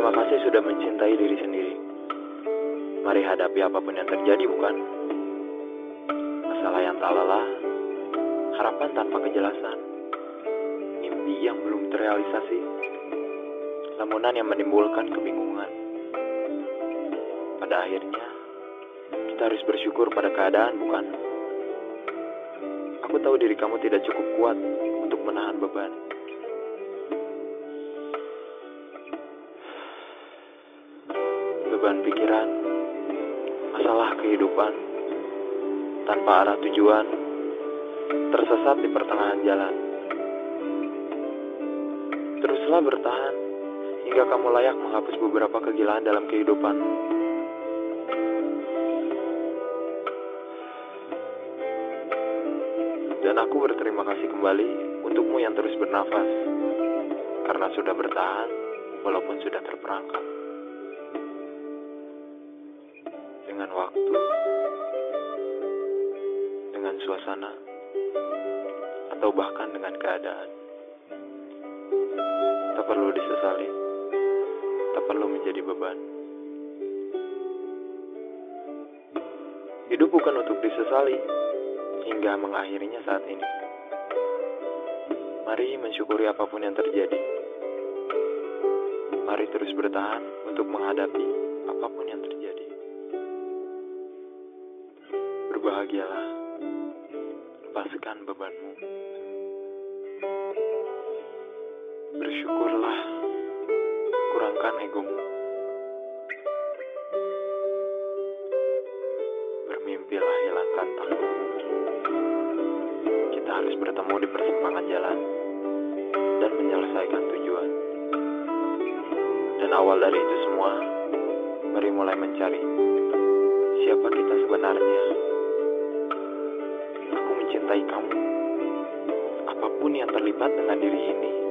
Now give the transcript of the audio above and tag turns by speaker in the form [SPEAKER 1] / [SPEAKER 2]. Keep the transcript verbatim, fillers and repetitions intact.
[SPEAKER 1] Terima kasih sudah mencintai diri sendiri. Mari hadapi apapun yang terjadi, bukan? Masalah yang tak lelah, harapan tanpa kejelasan, mimpi yang belum terrealisasi, lamunan yang menimbulkan kebingungan. Pada akhirnya, kita harus bersyukur pada keadaan, bukan? Aku tahu diri kamu tidak cukup kuat untuk menahan beban. Beban pikiran, masalah kehidupan, tanpa arah tujuan, tersesat di pertengahan jalan. Teruslah bertahan, hingga kamu layak menghapus beberapa kegilaan dalam kehidupan. Dan aku berterima kasih kembali untukmu yang terus bernafas, karena sudah bertahan, walaupun sudah terperangkap. Dengan waktu, dengan suasana, atau bahkan dengan keadaan. Tak perlu disesali, tak perlu menjadi beban. Hidup bukan untuk disesali, hingga mengakhirinya saat ini. Mari mensyukuri apapun yang terjadi. Mari terus bertahan untuk menghadapi apapun yang terjadi. Berbahagialah, lepaskan bebanmu. Bersyukurlah, kurangkan egomu. Bermimpilah, hilangkan takutmu. Kita harus bertemu di persimpangan jalan dan menyelesaikan tujuan. Dan awal dari itu semua, mari mulai mencari siapa kita sebenarnya. Aku mencintai kamu, apapun yang terlibat dengan diri ini.